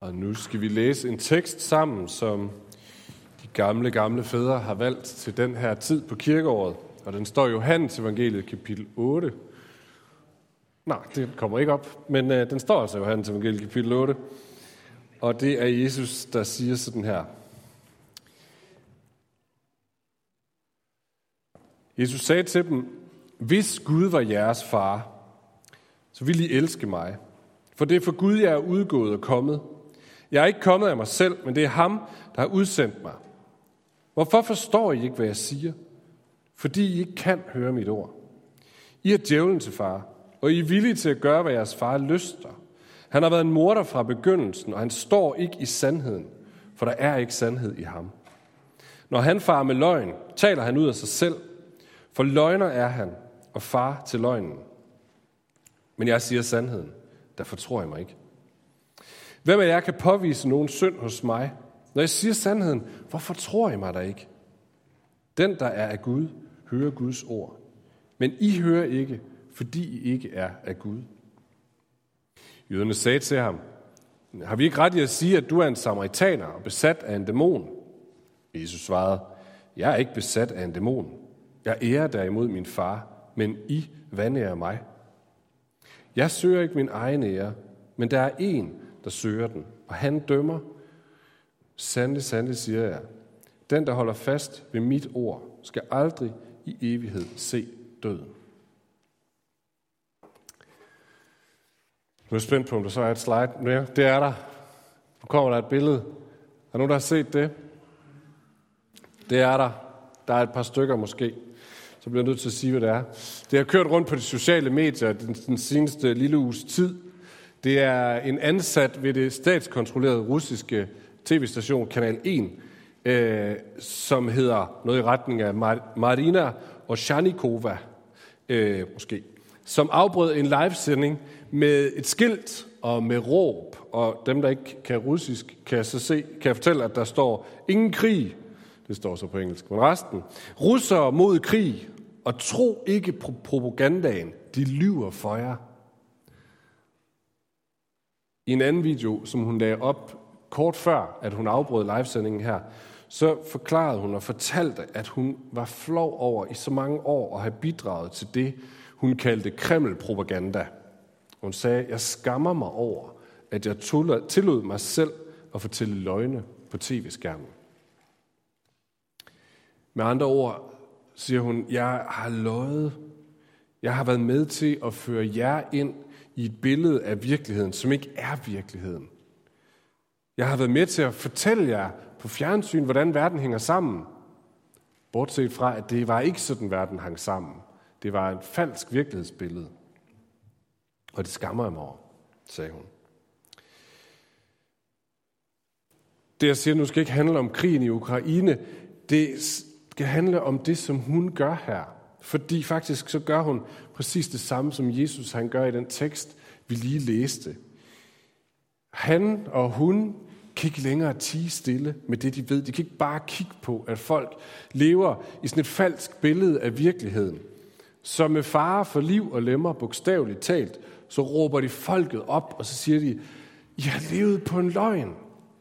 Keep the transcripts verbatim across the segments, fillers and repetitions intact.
Og nu skal vi læse en tekst sammen, som de gamle, gamle fædre har valgt til den her tid på kirkeåret. Og den står i Johannes evangeliet kapitel otte. Nej, det kommer ikke op, men øh, den står altså i Johannes evangeliet kapitel otte. Og det er Jesus, der siger sådan her. Jesus sagde til dem, hvis Gud var jeres far, så ville I elske mig. For det er for Gud, jeg er udgået og kommet. Jeg er ikke kommet af mig selv, men det er ham, der har udsendt mig. Hvorfor forstår I ikke, hvad jeg siger? Fordi I ikke kan høre mit ord. I er djævlen til far, og I er villige til at gøre, hvad jeres far lyster. Han har været en morder fra begyndelsen, og han står ikke i sandheden, for der er ikke sandhed i ham. Når han farer med løgn, taler han ud af sig selv, for løgner er han, og far til løgnen. Men jeg siger sandheden, derfor tror jeg mig ikke. Hvem af jer kan påvise nogen synd hos mig? Når jeg siger sandheden, hvorfor tror I mig der ikke? Den, der er af Gud, hører Guds ord. Men I hører ikke, fordi I ikke er af Gud. Jøderne sagde til ham, har vi ikke ret i at sige, at du er en samaritaner og besat af en dæmon? Jesus svarede, jeg er ikke besat af en dæmon. Jeg ærer derimod min far, men I vanærer mig. Jeg søger ikke min egen ære, men der er en, der søger den, og han dømmer. Sandelig, sandelig siger jeg, den, der holder fast ved mit ord, skal aldrig i evighed se døden. Nu er jeg spændt på, om der så er et slide mere. Det er der. Nu kommer der et billede. Er der nogen, der har set det? Det er der. Der er et par stykker måske. Så bliver jeg nødt til at sige, hvad det er. Det har kørt rundt på de sociale medier den, den seneste lille uges tid. Det er en ansat ved det statskontrollerede russiske tv-station Kanal en, øh, som hedder noget i retning af Mar- Marina Ochanikova, øh, måske, som afbrød en livesending med et skilt og med råb. Og dem, der ikke kan russisk, kan så se, kan jeg fortælle, at der står ingen krig. Det står så på engelsk. Men resten. Russere mod krig, og tro ikke på propagandaen. De lyver for jer. I en anden video, som hun lagde op kort før, at hun afbrød livesendingen her, så forklarede hun og fortalte, at hun var flov over i så mange år at have bidraget til det, hun kaldte Kreml-propaganda. Hun sagde, jeg skammer mig over, at jeg tillod mig selv at fortælle løgne på tv-skærmen. Med andre ord siger hun, jeg har løjet. Jeg har været med til at føre jer ind i et billede af virkeligheden, som ikke er virkeligheden. Jeg har været med til at fortælle jer på fjernsyn, hvordan verden hænger sammen. Bortset fra, at det var ikke sådan, verden hang sammen. Det var et falsk virkelighedsbillede. Og det skammer jeg mig over, sagde hun. Det, jeg siger nu, skal ikke handle om krigen i Ukraine. Det skal handle om det, som hun gør her. Fordi faktisk så gør hun præcis det samme, som Jesus han gør i den tekst, vi lige læste. Han og hun kan ikke længere tie stille med det, de ved. De kan ikke bare kigge på, at folk lever i sådan et falsk billede af virkeligheden. Så med fare for liv og lemmer, bogstaveligt talt, så råber de folket op, og så siger de, I har levet på en løgn.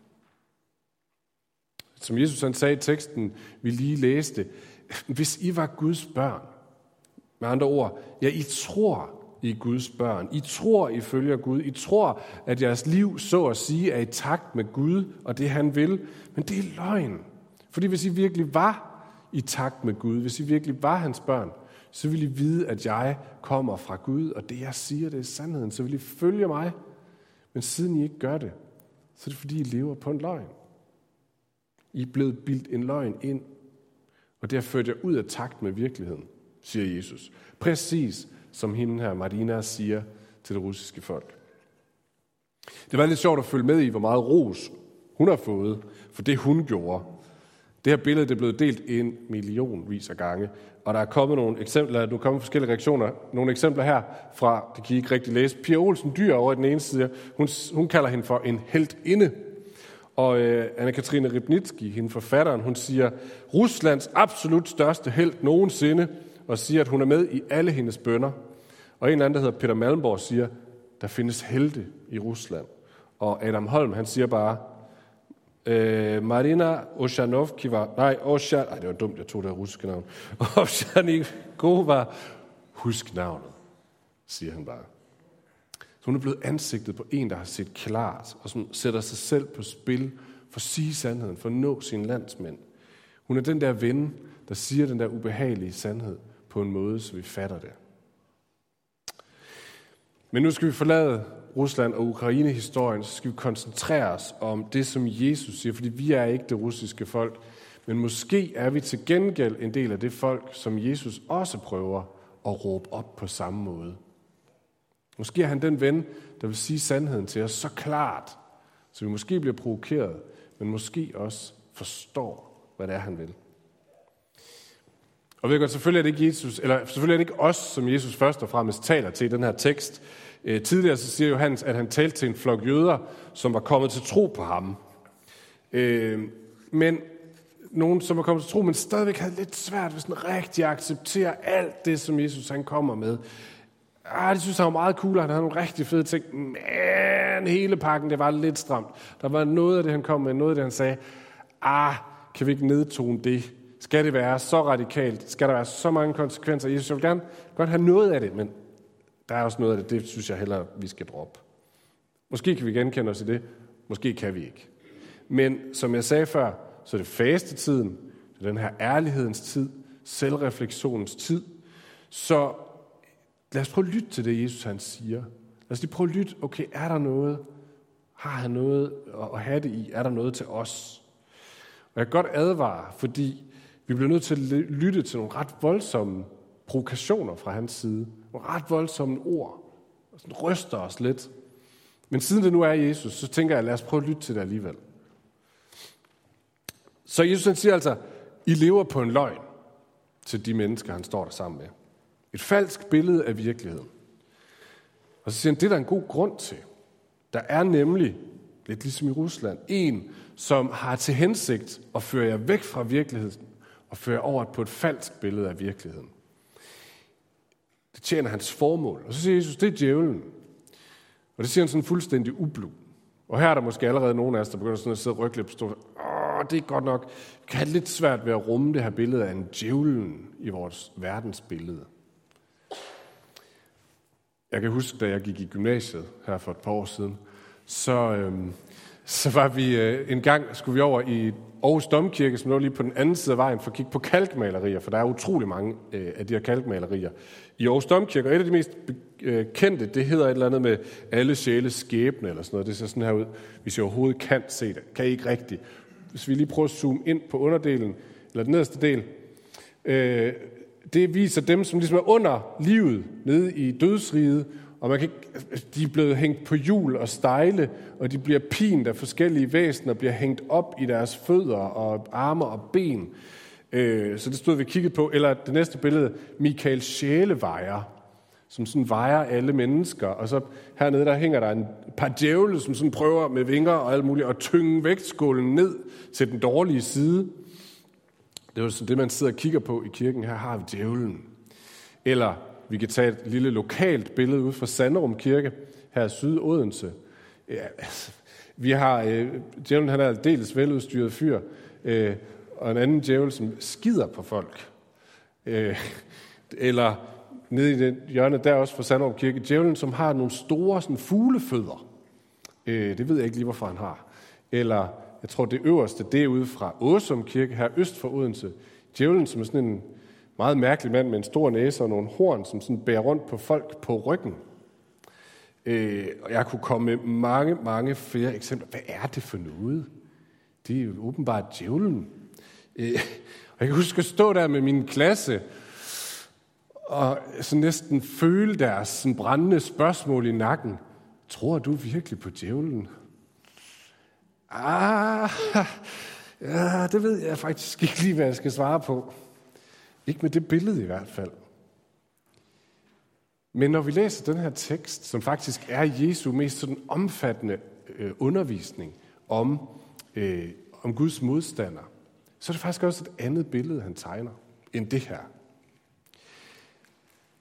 Som Jesus han sagde i teksten, vi lige læste, hvis I var Guds børn, med andre ord, ja, I tror, I er Guds børn. I tror, I følger Gud. I tror, at jeres liv, så at sige, er i takt med Gud og det, han vil. Men det er løgn. Fordi hvis I virkelig var i takt med Gud, hvis I virkelig var hans børn, så vil I vide, at jeg kommer fra Gud, og det, jeg siger, det er sandheden. Så vil I følge mig. Men siden I ikke gør det, så er det, fordi I lever på en løgn. I er blevet bildt en løgn ind, og det har ført jer ud af takt med virkeligheden, siger Jesus. Præcis som hende her, Marina, siger til det russiske folk. Det var lidt sjovt at følge med i, hvor meget ros hun har fået for det, hun gjorde. Det her billede det er blevet delt en millionvis af gange, og der er kommet nogle eksempler, nu er kommet forskellige reaktioner, nogle eksempler her fra, det kan I ikke rigtig læse, Pia Olsen Dyhr over i den ene side, hun, hun kalder hende for en heltinde. Og øh, Anna-Katrine Ribnitsky, hende forfatteren, hun siger, Ruslands absolut største helt nogensinde, og siger, at hun er med i alle hendes bønner. Og en eller anden, der hedder Peter Malmborg, siger, der findes helte i Rusland. Og Adam Holm, han siger bare, øh, Marina Oshanovkiva, nej, Oshan, nej, det var dumt, jeg tog det russiske navn. Oshanikova, husk navnet, siger han bare. Så hun er blevet ansigtet på en, der har set klart, og som sætter sig selv på spil for at sige sandheden, for at nå sine landsmænd. Hun er den der ven, der siger den der ubehagelige sandhed på en måde, så vi fatter det. Men nu skal vi forlade Rusland og Ukraine-historien, så skal vi koncentrere os om det, som Jesus siger, fordi vi er ikke det russiske folk, men måske er vi til gengæld en del af det folk, som Jesus også prøver at råbe op på samme måde. Måske er han den ven, der vil sige sandheden til os så klart, så vi måske bliver provokeret, men måske også forstår, hvad det er, han vil. Og ved godt, selvfølgelig er det ikke Jesus, eller selvfølgelig er det ikke os, som Jesus først og fremmest taler til i den her tekst. Eh, tidligere så siger Johannes, at han talte til en flok jøder, som var kommet til tro på ham. Eh, men nogen, som var kommet til tro, men stadigvæk havde lidt svært ved sådan rigtig at acceptere alt det, som Jesus han kommer med. Ah, det synes han var meget cool, han havde nogle rigtig fede ting, men hele pakken, det var lidt stramt. Der var noget af det, han kom med, noget af det, han sagde, ah, kan vi ikke nedtone det? Skal det være så radikalt? Skal der være så mange konsekvenser? Jesus, jeg vil gerne godt have noget af det, men der er også noget af det, det synes jeg hellere, vi skal droppe. Måske kan vi genkende os i det, måske kan vi ikke. Men som jeg sagde før, så er det fastetiden, det er den her ærlighedens tid, selvreflektionens tid. Så lad os prøve at lytte til det, Jesus han siger. Lad os lige prøve at lytte, okay, er der noget? Har han noget at have det i? Er der noget til os? Og jeg kan godt advare, fordi vi bliver nødt til at lytte til nogle ret voldsomme provokationer fra hans side. Nogle ret voldsomme ord. Og sådan ryster os lidt. Men siden det nu er Jesus, så tænker jeg, lad os prøve at lytte til det alligevel. Så Jesus han siger altså, I lever på en løgn til de mennesker, han står der sammen med. Et falsk billede af virkeligheden. Og så siger han, det er der en god grund til. Der er nemlig, lidt ligesom i Rusland, en, som har til hensigt at føre jer væk fra virkeligheden og føre jer over på et falsk billede af virkeligheden. Det tjener hans formål. Og så siger Jesus, det er djævlen. Og det siger han sådan fuldstændig ublu. Og her er der måske allerede nogen af os, der begynder sådan at sidde og rykke lidt på stå. Åh, det er godt nok. Vi kan have lidt svært ved at rumme det her billede af en djævlen i vores verdensbillede. Jeg kan huske, da jeg gik i gymnasiet her for et par år siden, så, øhm, så var vi øh, en gang, skulle vi over i Aarhus Domkirke, som lå lige på den anden side af vejen, for at kigge på kalkmalerier, for der er utrolig mange øh, af de her kalkmalerier i Aarhus Domkirke. Og et af de mest øh, kendte, det hedder et eller andet med alle sjæles skæbne, eller sådan noget. Det ser sådan her ud, hvis jeg overhovedet kan se det. Kan I ikke rigtigt. Hvis vi lige prøver at zoome ind på underdelen, eller den nederste del, øh, det viser dem, som ligesom er under livet, nede i dødsriget, og man kan ikke, de er blevet hængt på hjul og stejle, og de bliver pint af forskellige væsener, bliver hængt op i deres fødder og arme og ben. Øh, så det stod vi kigget på. Eller det næste billede, Michael Sjælevejer, som sådan vejer alle mennesker. Og så hernede, der hænger der en par djævle, som sådan prøver med vinger og alt muligt at tynge vægtskålen ned til den dårlige side. Det er jo sådan det, man sidder og kigger på i kirken. Her har vi djævlen. Eller vi kan tage et lille lokalt billede ud fra Sanderum Kirke, her i Syd-Odense. Ja, altså, vi har øh, djævlen, han er aldeles veludstyret fyr, øh, og en anden djævel, som skider på folk. Øh, eller nede i det hjørne, der også fra Sanderum Kirke, djævlen, som har nogle store sådan, fuglefødder. Øh, det ved jeg ikke lige, hvorfor han har. Eller, jeg tror, det øverste, det er ude fra Åsum Kirke, her øst for Odense. Djævlen, som er sådan en meget mærkelig mand med en stor næse og nogle horn, som sådan bærer rundt på folk på ryggen. Øh, og jeg kunne komme med mange, mange flere eksempler. Hvad er det for noget? Det er jo åbenbart djævlen. Øh, og jeg kan huske at stå der med min klasse, og så næsten føle deres sådan brændende spørgsmål i nakken. Tror du virkelig på djævlen? Ah, ja, det ved jeg faktisk ikke lige, hvad jeg skal svare på. Ikke med det billede i hvert fald. Men når vi læser den her tekst, som faktisk er Jesu mest sådan omfattende øh, undervisning om, øh, om Guds modstander, så er det faktisk også et andet billede, han tegner, end det her.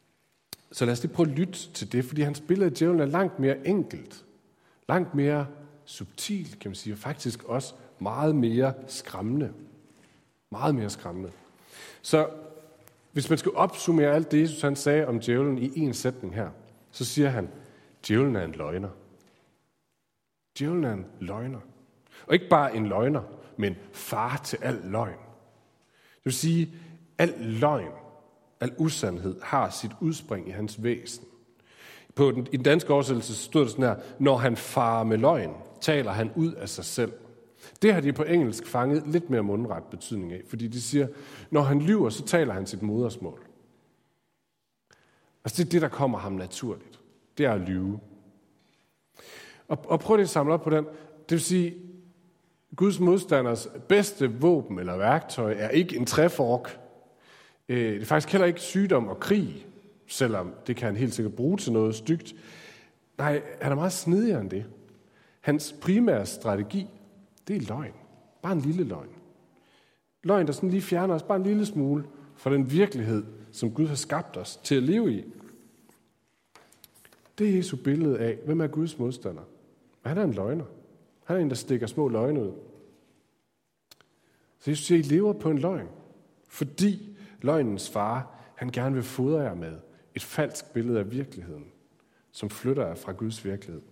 Så lad os lige prøve at lytte til det, fordi hans billede af djævlen er langt mere enkelt, langt mere subtil, kan man sige, og faktisk også meget mere skræmmende. Meget mere skræmmende. Så hvis man skal opsummere alt det, Jesus han sagde om djævlen i en sætning her, så siger han, djævlen er en løgner. Djævlen er en løgner. Og ikke bare en løgner, men far til al løgn. Det vil sige, al løgn, al usandhed har sit udspring i hans væsen. På den, I den danske oversættelse stod det sådan her, når han farer med løgn, taler han ud af sig selv. Det har de på engelsk fanget lidt mere mundret betydning af, fordi de siger, når han lyver, så taler han sit modersmål. Altså det er det, der kommer ham naturligt. Det er at lyve. Og, og prøv lige at samle op på den. Det vil sige, Guds modstanders bedste våben eller værktøj er ikke en træfork. Det er faktisk heller ikke sygdom og krig, selvom det kan han helt sikkert bruge til noget stygt. Nej, han er meget snedigere end det. Hans primære strategi, det er løgn. Bare en lille løgn. Løgn, der sådan lige fjerner os bare en lille smule fra den virkelighed, som Gud har skabt os til at leve i. Det er Jesu billede af, hvem er Guds modstander. Han er en løgner. Han er en, der stikker små løgne ud. Så Jesus siger, I lever på en løgn, fordi løgnens far, han gerne vil fodre jer med et falsk billede af virkeligheden, som flytter jer fra Guds virkelighed.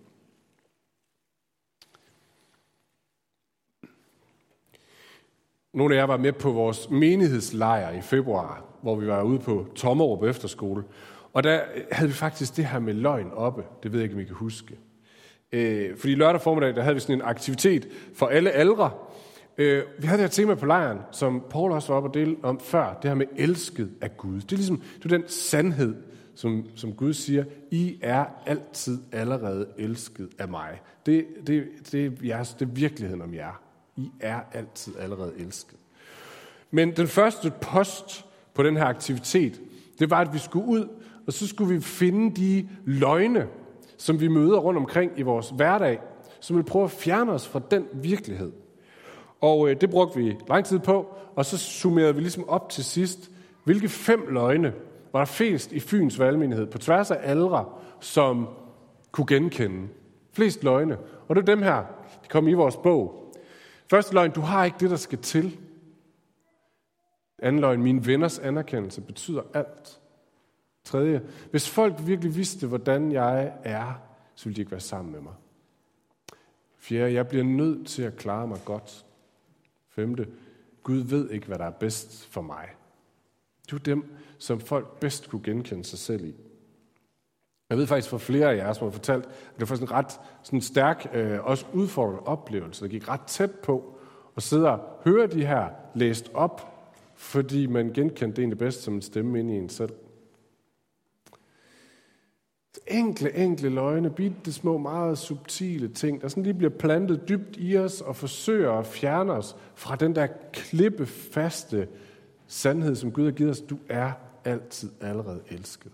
Nogle af jer var med på vores menighedslejr i februar, hvor vi var ude på Tommerup Efterskole. Og der havde vi faktisk det her med løgn oppe. Det ved jeg ikke, om I kan huske. Øh, fordi lørdag formiddag, der havde vi sådan en aktivitet for alle aldre. Øh, vi havde det her tema på lejren, som Paul også var oppe og dele om før. Det her med elsket af Gud. Det er ligesom det er den sandhed, som, som Gud siger. I er altid allerede elsket af mig. Det, det, det, er, jeres, det er virkeligheden om jer. I er altid allerede elsket. Men den første post på den her aktivitet, det var, at vi skulle ud, og så skulle vi finde de løgne, som vi møder rundt omkring i vores hverdag, som vil prøve at fjerne os fra den virkelighed. Og øh, det brugte vi lang tid på, og så summerede vi ligesom op til sidst, hvilke fem løgne var der flest i Fyns valgmenighed, på tværs af aldre, som kunne genkende. Flest løgne. Og det er dem her, de kom i vores bog. Første løgn, du har ikke det, der skal til. Anden løgn, mine venners anerkendelse betyder alt. Tredje, hvis folk virkelig vidste, hvordan jeg er, så ville de ikke være sammen med mig. Fjerde, jeg bliver nødt til at klare mig godt. Femte, Gud ved ikke, hvad der er bedst for mig. Det er dem, som folk bedst kunne genkende sig selv i. Jeg ved faktisk fra flere af jer, som har fortalt, at det var sådan en ret sådan stærk, øh, også udfordrende oplevelse, der gik ret tæt på at sidde og høre de her læst op, fordi man genkendte det egentlig bedst som en stemme inde i en selv. Enkle, enkle løgne, bitte små, meget subtile ting, der sådan lige bliver plantet dybt i os og forsøger at fjerne os fra den der klippefaste sandhed, som Gud har givet os. Du er altid allerede elsket.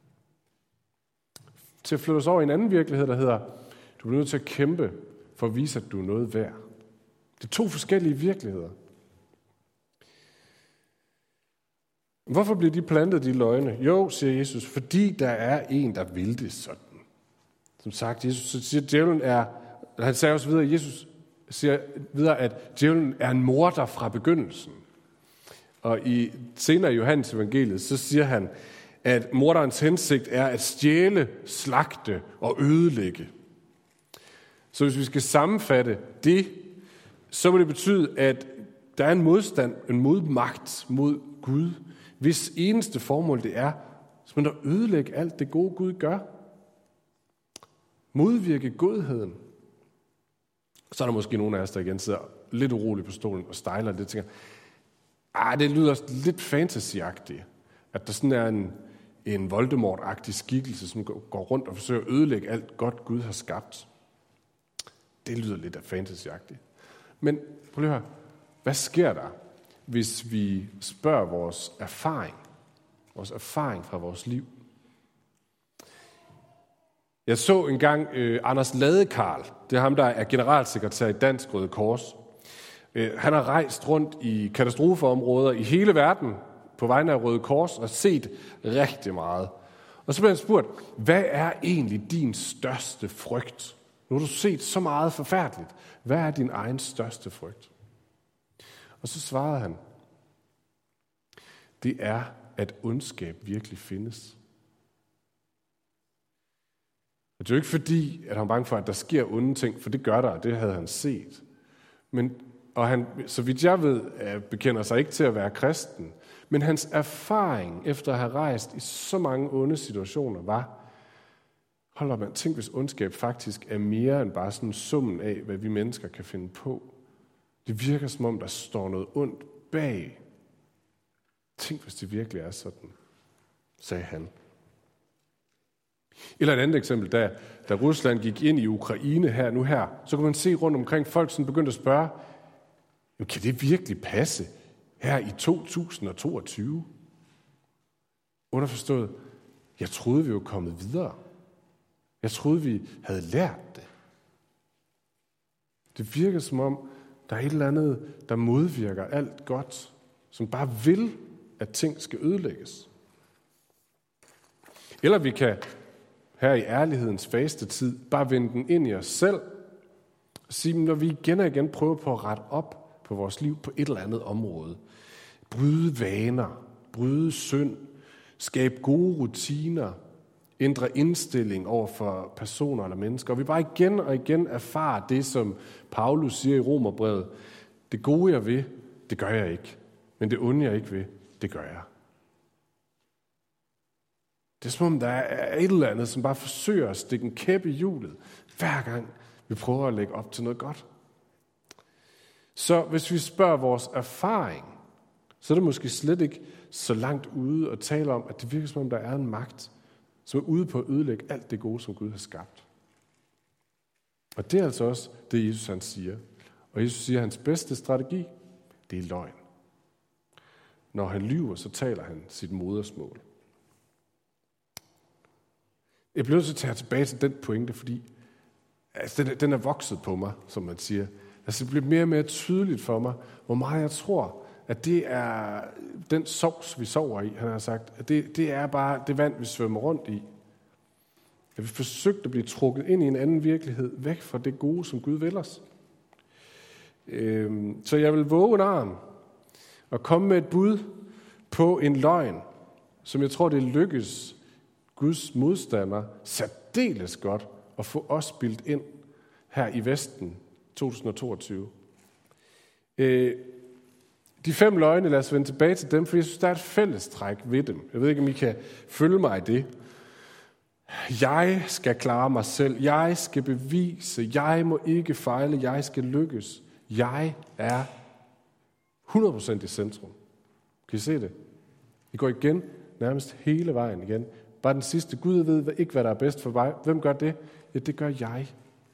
Til at flytte os over i en anden virkelighed, der hedder, du bliver nødt til at kæmpe for at vise, at du er noget værd. Det er to forskellige virkeligheder. Hvorfor bliver de plantet, de løgne? Jo, siger Jesus, fordi der er en, der vil det sådan. Som sagt, Jesus siger, at djævlen er, han sagde også videre, Jesus siger videre, at djævlen er en morder fra begyndelsen. Og i senere i Johannes evangeliet, så siger han, at morderens hensigt er at stjæle, slagte og ødelægge. Så hvis vi skal sammenfatte det, så vil det betyde, at der er en modstand, en modmagt mod Gud, hvis eneste formål det er, som at ødelægge alt det gode Gud gør. Modvirke godheden. Så er der måske nogle af os, der igen sidder lidt uroligt på stolen og stejler lidt og tænker, ah, det lyder også lidt fantasyagtigt, at der sådan er en, en Voldemort-agtig skikkelse, som går rundt og forsøger at ødelægge alt godt Gud har skabt. Det lyder lidt af fantasyagtigt. Men prøv lige at høre, hvad sker der, hvis vi spørger vores erfaring, vores erfaring fra vores liv? Jeg så engang øh, Anders Ladekarl, det er ham, der er generalsekretær i Dansk Røde Kors. Øh, han har rejst rundt i katastrofeområder i hele verden på vegne af Røde Kors og set rigtig meget. Og så blev han spurgt, hvad er egentlig din største frygt? Nu har du set så meget forfærdeligt. Hvad er din egen største frygt? Og så svarede han, det er, at ondskab virkelig findes. Og det er jo ikke fordi, at han var bange for, at der sker onde ting, for det gør der, og det havde han set. Men, og han, så vidt jeg ved, bekender sig ikke til at være kristen, men hans erfaring efter at have rejst i så mange onde situationer var, hold op, man, tænk hvis ondskab faktisk er mere end bare sådan summen af, hvad vi mennesker kan finde på. Det virker som om, der står noget ondt bag. Tænk hvis det virkelig er sådan, sagde han. Eller et andet eksempel, da, da Rusland gik ind i Ukraine her nu her, så kunne man se rundt omkring folk, som begyndte at spørge, kan det virkelig passe her i to tusind og toogtyve? Underforstået, jeg troede, vi var kommet videre. Jeg troede, vi havde lært det. Det virker som om, der er et eller andet, der modvirker alt godt, som bare vil, at ting skal ødelægges. Eller vi kan her i ærlighedens faste tid bare vende den ind i os selv og sige, når vi igen og igen prøver på at rette op på vores liv på et eller andet område, bryde vaner, bryde synd, skabe gode rutiner, ændre indstilling over for personer eller mennesker. Og vi bare igen og igen erfarer det, som Paulus siger i Romerbrevet. Det gode jeg vil, det gør jeg ikke. Men det onde jeg ikke vil, det gør jeg. Det er som om, der er et eller andet, som bare forsøger at stikke en kæp i hjulet, hver gang vi prøver at lægge op til noget godt. Så hvis vi spørger vores erfaring, så er det måske slet ikke så langt ude at tale om, at det virker som om, der er en magt, som er ude på at ødelægge alt det gode, som Gud har skabt. Og det er altså også det, Jesus han siger. Og Jesus siger, at hans bedste strategi, det er løgn. Når han lyver, så taler han sit modersmål. Jeg bliver nødt til at tage tilbage til den pointe, fordi altså, den, den er vokset på mig, som man siger. Altså, det bliver mere og mere tydeligt for mig, hvor meget jeg tror, at det er den sovs, vi sover i, han har sagt, at det, det er bare det vand, vi svømmer rundt i. At vi forsøgt at blive trukket ind i en anden virkelighed, væk fra det gode, som Gud vil os. Øhm, så jeg vil våge en arm og komme med et bud på en løgn, som jeg tror, det lykkes Guds modstander særdeles godt at få os bildt ind her i Vesten to tusind og toogtyve. Øh, de fem løgne, lad os vende tilbage til dem, for jeg synes, der er et fællestræk ved dem. Jeg ved ikke, om I kan følge mig i det. Jeg skal klare mig selv. Jeg skal bevise. Jeg må ikke fejle. Jeg skal lykkes. Jeg er hundrede procent i centrum. Kan I se det? I går igen nærmest hele vejen igen. Bare den sidste. Gud ved ikke, hvad der er bedst for mig. Hvem gør det? Ja, det gør jeg.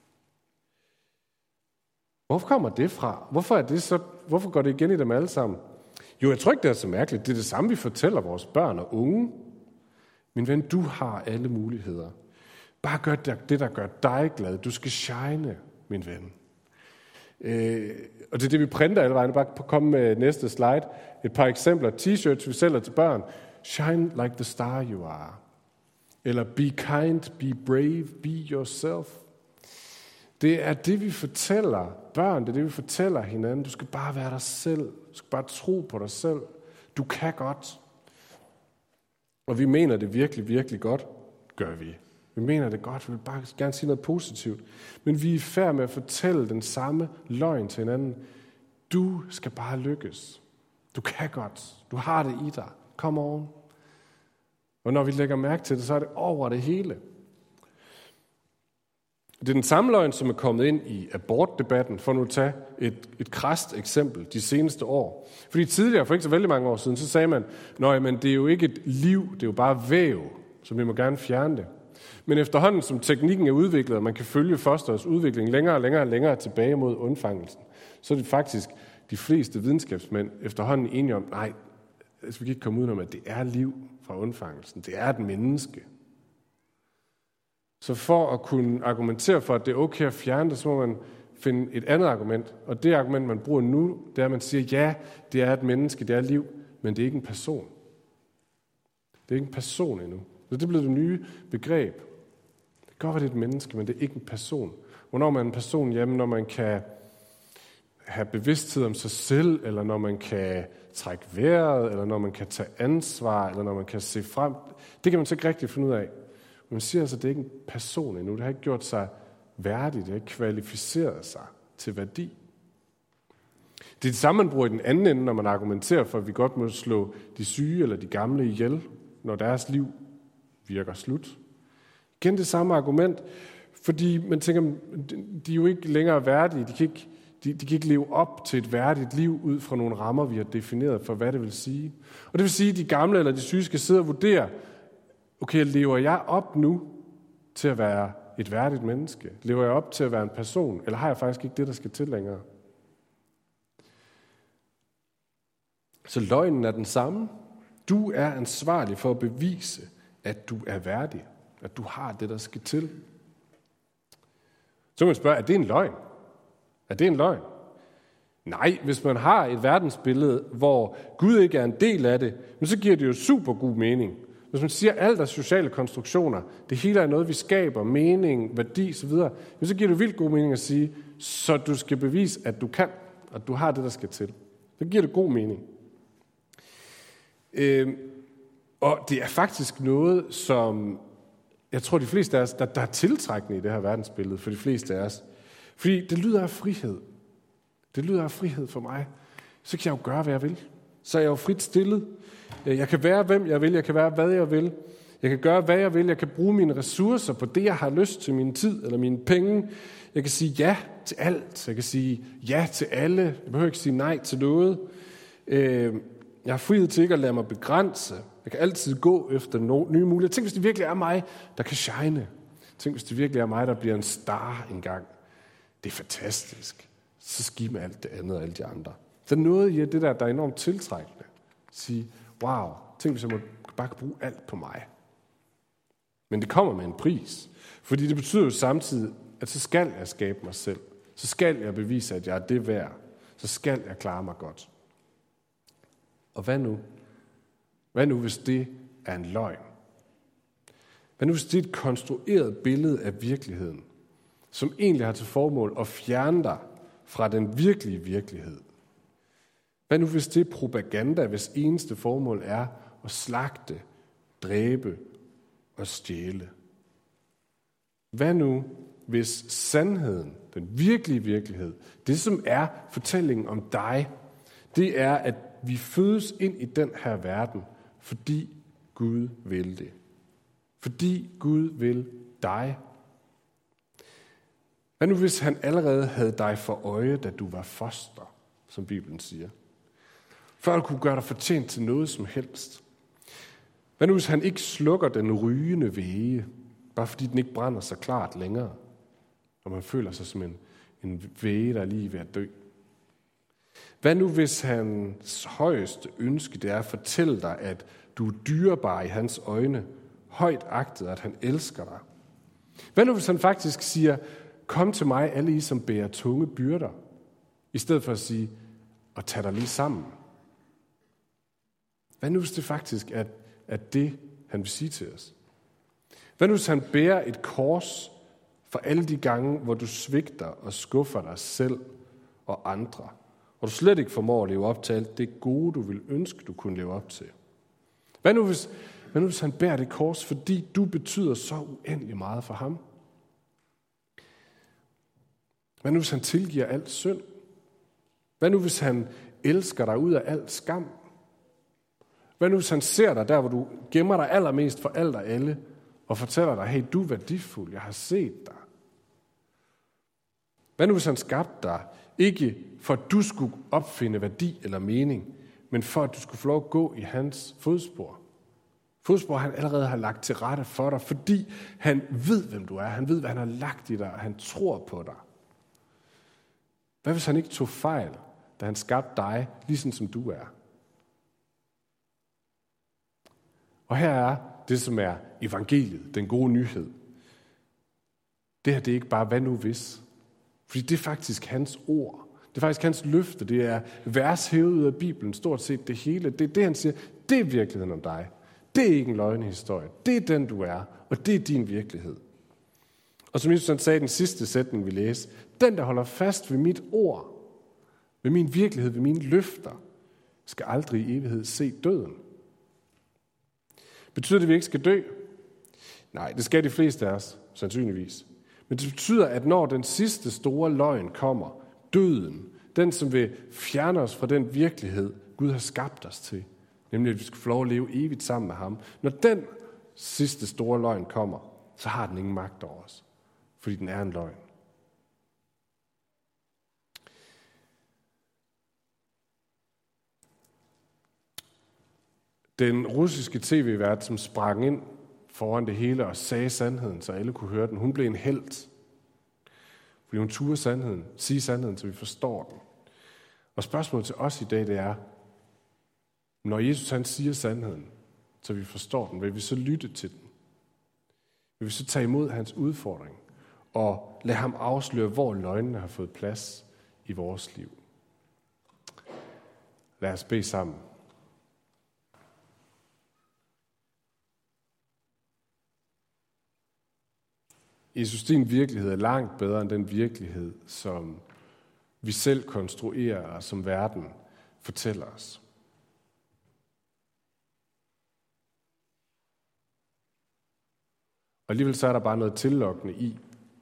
Hvorfor kommer det fra? Hvorfor, er det så, hvorfor går det igen i dem alle sammen? Jo, jeg tror ikke, det er så mærkeligt. Det er det samme, vi fortæller vores børn og unge. Min ven, du har alle muligheder. Bare gør det, der gør dig glad. Du skal shine, min ven. Øh, og det er det, vi printer alle vejen. Bare komme med næste slide. Et par eksempler. T-shirts, vi sælger til børn. Shine like the star you are. Eller be kind, be brave, be yourself. Det er det, vi fortæller børn. Det er det, vi fortæller hinanden. Du skal bare være dig selv. Du skal bare tro på dig selv. Du kan godt. Og vi mener det virkelig, virkelig godt, gør vi. Vi mener det godt, vi vil bare gerne sige noget positivt. Men vi er i færd med at fortælle den samme løgn til hinanden. Du skal bare lykkes. Du kan godt. Du har det i dig. Come on. Og når vi lægger mærke til det, så er det over det hele. Det er den samme løgn, som er kommet ind i abortdebatten, for nu at tage et, et krast eksempel de seneste år. Fordi tidligere, for ikke så vældig mange år siden, så sagde man, nej, men det er jo ikke et liv, det er jo bare væv, så vi må gerne fjerne det. Men efterhånden, som teknikken er udviklet, og man kan følge fosterets udvikling længere og længere og længere tilbage mod undfangelsen, så er det faktisk de fleste videnskabsmænd efterhånden enige om, nej, altså, vi kan ikke komme udenom, at det er liv fra undfangelsen. Det er et menneske. Så for at kunne argumentere for, at det er okay at fjerne det, så må man finde et andet argument. Og det argument, man bruger nu, det er, at man siger, ja, det er et menneske, det er liv, men det er ikke en person. Det er ikke en person endnu. Så det er blevet det nye begreb. Det kan godt være, det er et menneske, men det er ikke en person. Hvornår man er en person, jamen når man kan have bevidsthed om sig selv, eller når man kan trække vejret, eller når man kan tage ansvar, eller når man kan se frem. Det kan man så ikke rigtig finde ud af. Man siger altså, at det er ikke en person endnu. Det har ikke gjort sig værdigt, det har ikke kvalificeret sig til værdi. Det er det samme, man bruger i den anden ende, når man argumenterer for, at vi godt må slå de syge eller de gamle ihjel, når deres liv virker slut. Igen det samme argument, fordi man tænker, de er jo ikke længere værdige, de kan ikke, de, de kan ikke leve op til et værdigt liv ud fra nogle rammer, vi har defineret for, hvad det vil sige. Og det vil sige, at de gamle eller de syge skal sidde og vurdere, okay, lever jeg op nu til at være et værdigt menneske? Lever jeg op til at være en person? Eller har jeg faktisk ikke det, der skal til længere? Så løgnen er den samme. Du er ansvarlig for at bevise, at du er værdig. At du har det, der skal til. Så kan man spørge, er det en løgn? Er det en løgn? Nej, hvis man har et verdensbillede, hvor Gud ikke er en del af det, men så giver det jo super god mening. Hvis man siger, at alt er sociale konstruktioner, det hele er noget, vi skaber, mening, værdi osv., så giver det vildt god mening at sige, så du skal bevise, at du kan, at du har det, der skal til. Så giver det god mening. Øh, og det er faktisk noget, som jeg tror, de fleste af os, der, der er tiltrækkende i det her verdensbillede, for de fleste af os. Fordi det lyder af frihed. Det lyder af frihed for mig. Så kan jeg jo gøre, hvad jeg vil. Så er jeg jo frit stillet. Jeg kan være, hvem jeg vil. Jeg kan være, hvad jeg vil. Jeg kan gøre, hvad jeg vil. Jeg kan bruge mine ressourcer på det, jeg har lyst til, min tid eller mine penge. Jeg kan sige ja til alt. Jeg kan sige ja til alle. Jeg behøver ikke sige nej til noget. Jeg har frihed til ikke at lade mig begrænse. Jeg kan altid gå efter nye muligheder. Tænk, hvis det virkelig er mig, der kan shine. Tænk, hvis det virkelig er mig, der bliver en star engang. Det er fantastisk. Så skib med alt det andet og alle de andre. Så noget i det der, der er enormt tiltrækkende. Sige, wow, tænk, hvis jeg må bare kan bruge alt på mig. Men det kommer med en pris. Fordi det betyder jo samtidig, at så skal jeg skabe mig selv. Så skal jeg bevise, at jeg er det værd. Så skal jeg klare mig godt. Og hvad nu? Hvad nu, hvis det er en løgn? Hvad nu, hvis det er et konstrueret billede af virkeligheden, som egentlig har til formål at fjerne dig fra den virkelige virkelighed? Hvad nu, hvis det er propaganda, hvis eneste formål er at slagte, dræbe og stjæle? Hvad nu, hvis sandheden, den virkelige virkelighed, det som er fortællingen om dig, det er, at vi fødes ind i den her verden, fordi Gud vil det. Fordi Gud vil dig. Hvad nu, hvis han allerede havde dig for øje, da du var foster, som Bibelen siger? Før du kunne gøre dig fortjent til noget som helst. Hvad nu, hvis han ikke slukker den rygende væge, bare fordi den ikke brænder så klart længere, og man føler sig som en, en væge, der er lige ved at dø? Hvad nu, hvis hans højeste ønske, det er at fortælle dig, at du er dyrebar i hans øjne, højt agtet, at han elsker dig? Hvad nu, hvis han faktisk siger, kom til mig, alle I, som bærer tunge byrder, i stedet for at sige, og tag dig lige sammen? Hvad nu, hvis det faktisk er, er det, han vil sige til os? Hvad nu, hvis han bærer et kors for alle de gange, hvor du svigter og skuffer dig selv og andre, og du slet ikke formår at leve op til alt det gode, du vil ønske, du kunne leve op til? Hvad nu, hvis, hvad nu, hvis han bærer det kors, fordi du betyder så uendelig meget for ham? Hvad nu, hvis han tilgiver alt synd? Hvad nu, hvis han elsker dig ud af al skam? Hvad nu, hvis han ser dig der, hvor du gemmer dig allermest for alt og alle, og fortæller dig, hey, du er værdifuld, jeg har set dig? Hvad nu, hvis han skabte dig, ikke for at du skulle opfinde værdi eller mening, men for at du skulle få lov at gå i hans fodspor? Fodspor, han allerede har lagt til rette for dig, fordi han ved, hvem du er. Han ved, hvad han har lagt i dig, og han tror på dig. Hvad hvis han ikke tog fejl, da han skabte dig, ligesom som du er? Og her er det, som er evangeliet, den gode nyhed. Det her, det er ikke bare, hvad nu hvis? Fordi det er faktisk hans ord. Det er faktisk hans løfte. Det er vers hævet ud af Bibelen, stort set det hele. Det er det, han siger. Det er virkeligheden om dig. Det er ikke en løgnehistorie. Det er den, du er, og det er din virkelighed. Og som Jesus sagde i den sidste sætning, vi læste, den, der holder fast ved mit ord, ved min virkelighed, ved mine løfter, skal aldrig i evighed se døden. Betyder det, at vi ikke skal dø? Nej, det skal de fleste af os, sandsynligvis. Men det betyder, at når den sidste store løgn kommer, døden, den som vil fjerne os fra den virkelighed, Gud har skabt os til, nemlig at vi skal få lov at leve evigt sammen med ham. Når den sidste store løgn kommer, så har den ingen magt over os, fordi den er en løgn. Den russiske tv-vært, som sprang ind foran det hele og sagde sandheden, så alle kunne høre den, hun blev en helt. Fordi hun turde sandheden, sige sandheden, så vi forstår den. Og spørgsmålet til os i dag, det er, når Jesus han siger sandheden, så vi forstår den, vil vi så lytte til den? Vil vi så tage imod hans udfordring og lade ham afsløre, hvor løgnene har fået plads i vores liv? Lad os bede sammen. Jesus, din virkelighed er langt bedre end den virkelighed, som vi selv konstruerer, og som verden fortæller os. Og alligevel så er der bare noget tillokkende i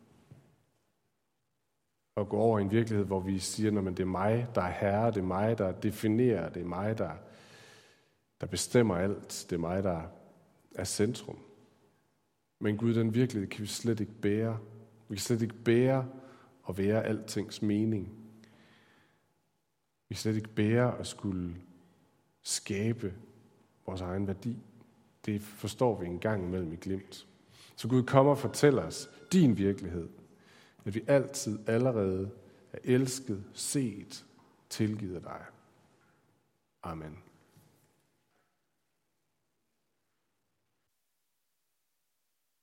at gå over i en virkelighed, hvor vi siger, at det er mig, der er herre, det er mig, der definerer, det er mig, der, der bestemmer alt, det er mig, der er centrum. Men Gud, den virkelighed kan vi slet ikke bære. Vi kan slet ikke bære at være altings mening. Vi kan slet ikke bære at skulle skabe vores egen værdi. Det forstår vi en gang imellem i glimt. Så Gud, kom og fortæl os din virkelighed. At vi altid allerede er elsket, set, tilgivet af dig. Amen.